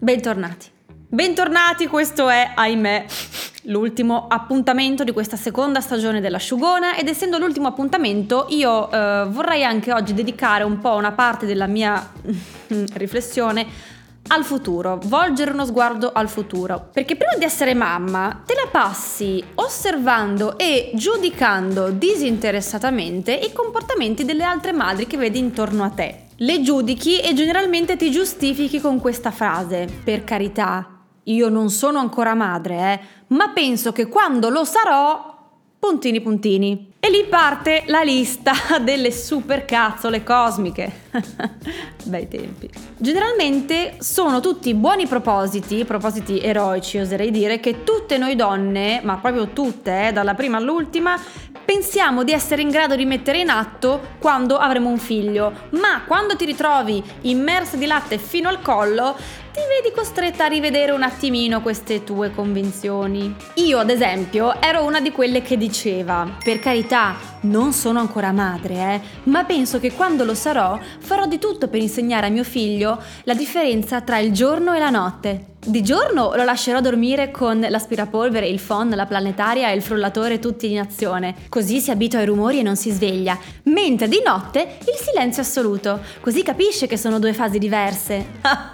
Bentornati. Bentornati, questo è, ahimè, l'ultimo appuntamento di questa seconda stagione dell'Asciugona ed essendo l'ultimo appuntamento io vorrei anche oggi dedicare un po' una parte della mia riflessione al futuro, volgere uno sguardo al futuro, perché prima di essere mamma te la passi osservando e giudicando disinteressatamente i comportamenti delle altre madri che vedi intorno a te. Le giudichi e generalmente ti giustifichi con questa frase: per carità, io non sono ancora madre, ma penso che quando lo sarò... puntini puntini. E lì parte la lista delle supercazzole cosmiche. Bei tempi. Generalmente sono tutti buoni propositi eroici oserei dire, che tutte noi donne, ma proprio tutte, dalla prima all'ultima, pensiamo di essere in grado di mettere in atto quando avremo un figlio. Ma quando ti ritrovi immersa di latte fino al collo, ti vedi costretta a rivedere un attimino queste tue convinzioni. Io, ad esempio, ero una di quelle che diceva: per carità, non sono ancora madre, ma penso che quando lo sarò farò di tutto per insegnare a mio figlio la differenza tra il giorno e la notte. Di giorno lo lascerò dormire con l'aspirapolvere, il phon, la planetaria e il frullatore tutti in azione, così si abitua ai rumori e non si sveglia, mentre di notte il silenzio assoluto, così capisce che sono due fasi diverse.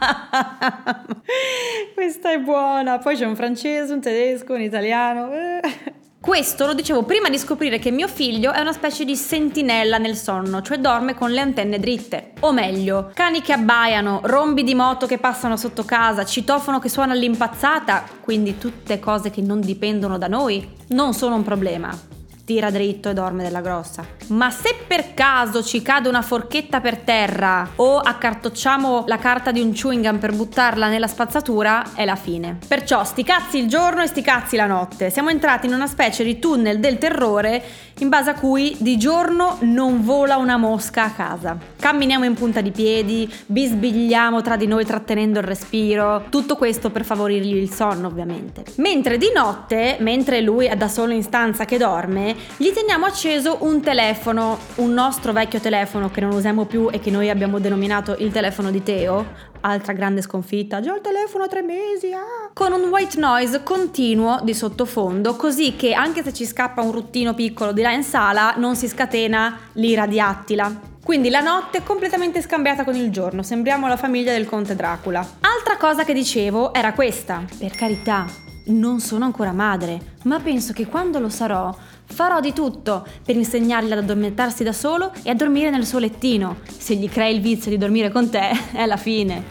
Questa è buona, poi c'è un francese, un tedesco, un italiano. Questo lo dicevo prima di scoprire che mio figlio è una specie di sentinella nel sonno, cioè dorme con le antenne dritte. O meglio, cani che abbaiano, rombi di moto che passano sotto casa, citofono che suona all'impazzata, quindi tutte cose che non dipendono da noi, non sono un problema. Tira dritto e dorme della grossa. Ma se per caso ci cade una forchetta per terra o accartocciamo la carta di un chewing gum per buttarla nella spazzatura, è la fine. Perciò sti cazzi il giorno e sti cazzi la notte. Siamo entrati in una specie di tunnel del terrore in base a cui di giorno non vola una mosca a casa. Camminiamo in punta di piedi, bisbigliamo tra di noi trattenendo il respiro, tutto questo per favorirgli il sonno ovviamente. Mentre di notte, mentre lui è da solo in stanza che dorme, gli teniamo acceso un telefono, un nostro vecchio telefono che non usiamo più e che noi abbiamo denominato il telefono di Teo. Altra grande sconfitta, già il telefono 3 mesi, con un white noise continuo di sottofondo, così che anche se ci scappa un ruttino piccolo di là in sala non si scatena l'ira di Attila. Quindi la notte è completamente scambiata con il giorno, sembriamo la famiglia del conte Dracula. Altra cosa che dicevo era questa: per carità, non sono ancora madre, ma penso che quando lo sarò farò di tutto per insegnargli ad addormentarsi da solo e a dormire nel suo lettino. Se gli crei il vizio di dormire con te, è la fine.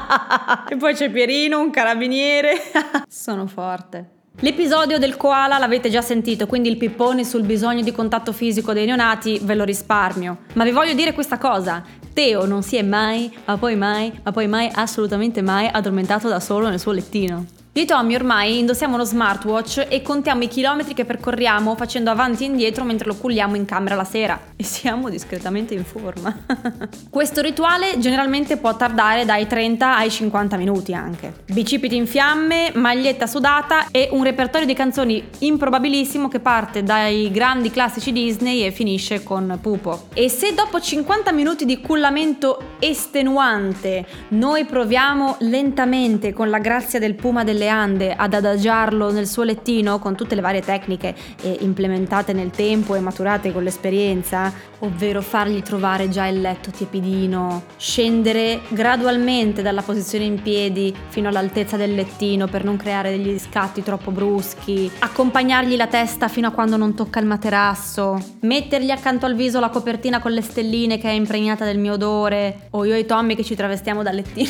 E poi c'è Pierino, un carabiniere. Sono forte. L'episodio del koala l'avete già sentito, quindi il pippone sul bisogno di contatto fisico dei neonati ve lo risparmio. Ma vi voglio dire questa cosa: Teo non si è mai, ma poi mai, assolutamente mai addormentato da solo nel suo lettino. Io e Tommy ormai indossiamo uno smartwatch e contiamo i chilometri che percorriamo facendo avanti e indietro mentre lo culliamo in camera la sera e siamo discretamente in forma. Questo rituale generalmente può tardare dai 30 ai 50 minuti anche. Bicipiti in fiamme, maglietta sudata e un repertorio di canzoni improbabilissimo che parte dai grandi classici Disney e finisce con Pupo. E se dopo 50 minuti di cullamento estenuante noi proviamo lentamente, con la grazia del puma delle Ande, ad adagiarlo nel suo lettino con tutte le varie tecniche implementate nel tempo e maturate con l'esperienza, ovvero fargli trovare già il letto tiepidino, scendere gradualmente dalla posizione in piedi fino all'altezza del lettino per non creare degli scatti troppo bruschi, accompagnargli la testa fino a quando non tocca il materasso, mettergli accanto al viso la copertina con le stelline che è impregnata del mio odore, o io e Tommy che ci travestiamo dal lettino.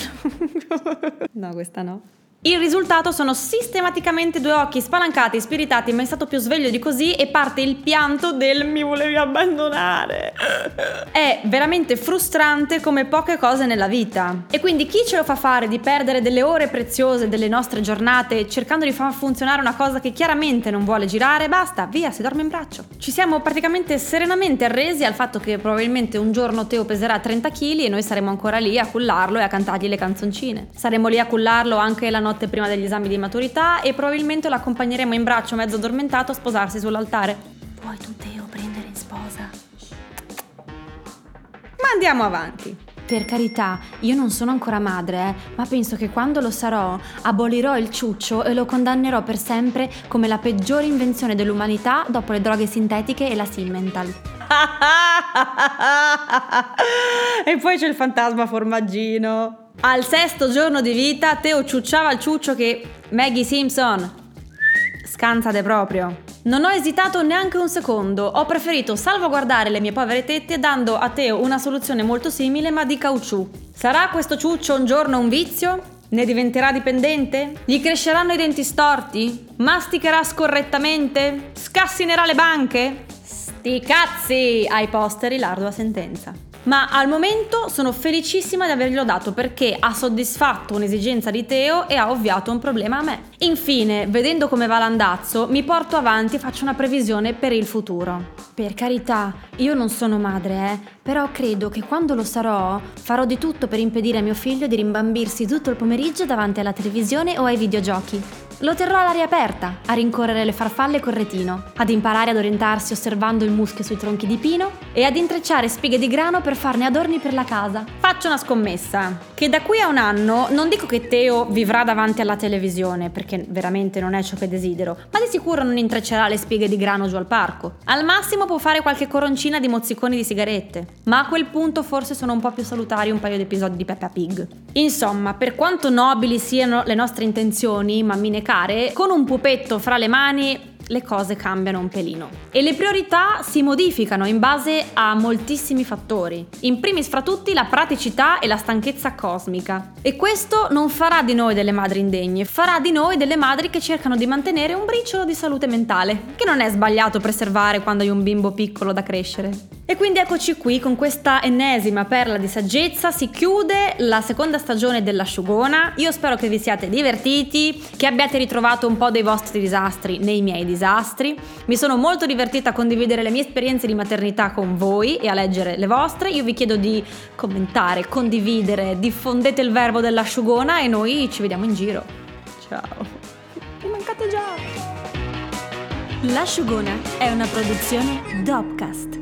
No, questa no. Il risultato sono sistematicamente due occhi spalancati, spiritati, mai stato più sveglio di così, e parte il pianto del "mi volevi abbandonare". È veramente frustrante come poche cose nella vita. E quindi chi ce lo fa fare di perdere delle ore preziose delle nostre giornate cercando di far funzionare una cosa che chiaramente non vuole girare, basta, via, si dorme in braccio. Ci siamo praticamente serenamente arresi al fatto che probabilmente un giorno Teo peserà 30 kg e noi saremo ancora lì a cullarlo e a cantargli le canzoncine. Saremo lì a cullarlo anche la notte prima degli esami di maturità e probabilmente lo accompagneremo in braccio mezzo addormentato a sposarsi sull'altare. Vuoi tu Teo prendere in sposa? Ma andiamo avanti. Per carità, io non sono ancora madre, ma penso che quando lo sarò abolirò il ciuccio e lo condannerò per sempre come la peggiore invenzione dell'umanità dopo le droghe sintetiche e la Simmental. E poi c'è il fantasma formaggino. Al 6° giorno di vita Teo ciucciava il ciuccio che Maggie Simpson scansate proprio. Non ho esitato neanche un secondo, ho preferito salvaguardare le mie povere tette dando a Teo una soluzione molto simile ma di caucciù. Sarà questo ciuccio un giorno un vizio? Ne diventerà dipendente? Gli cresceranno i denti storti? Masticherà scorrettamente? Scassinerà le banche? Sti cazzi! Ai posteri l'ardua sentenza. Ma al momento sono felicissima di averglielo dato perché ha soddisfatto un'esigenza di Teo e ha ovviato un problema a me. Infine, vedendo come va l'andazzo, mi porto avanti e faccio una previsione per il futuro. Per carità, io non sono madre, però credo che quando lo sarò farò di tutto per impedire a mio figlio di rimbambirsi tutto il pomeriggio davanti alla televisione o ai videogiochi. Lo terrò all'aria aperta, a rincorrere le farfalle col retino, ad imparare ad orientarsi osservando il muschio sui tronchi di pino e ad intrecciare spighe di grano per farne adorni per la casa. Faccio una scommessa, che da qui a un anno non dico che Teo vivrà davanti alla televisione, perché veramente non è ciò che desidero, ma di sicuro non intreccerà le spighe di grano giù al parco. Al massimo può fare qualche coroncina di mozziconi di sigarette, ma a quel punto forse sono un po' più salutari un paio di episodi di Peppa Pig. Insomma, per quanto nobili siano le nostre intenzioni, mammine care, con un pupetto fra le mani le cose cambiano un pelino. E le priorità si modificano in base a moltissimi fattori. In primis fra tutti la praticità e la stanchezza cosmica. E questo non farà di noi delle madri indegne, farà di noi delle madri che cercano di mantenere un briciolo di salute mentale, che non è sbagliato preservare quando hai un bimbo piccolo da crescere. E quindi eccoci qui, con questa ennesima perla di saggezza si chiude la 2ª stagione dell'Asciugona. Io spero che vi siate divertiti, che abbiate ritrovato un po' dei vostri disastri nei miei disastri. Mi sono molto divertita a condividere le mie esperienze di maternità con voi e a leggere le vostre. Io vi chiedo di commentare, condividere, diffondete il verbo dell'Asciugona e noi ci vediamo in giro. Ciao. Mi mancate già. L'Asciugona è una produzione Dopcast.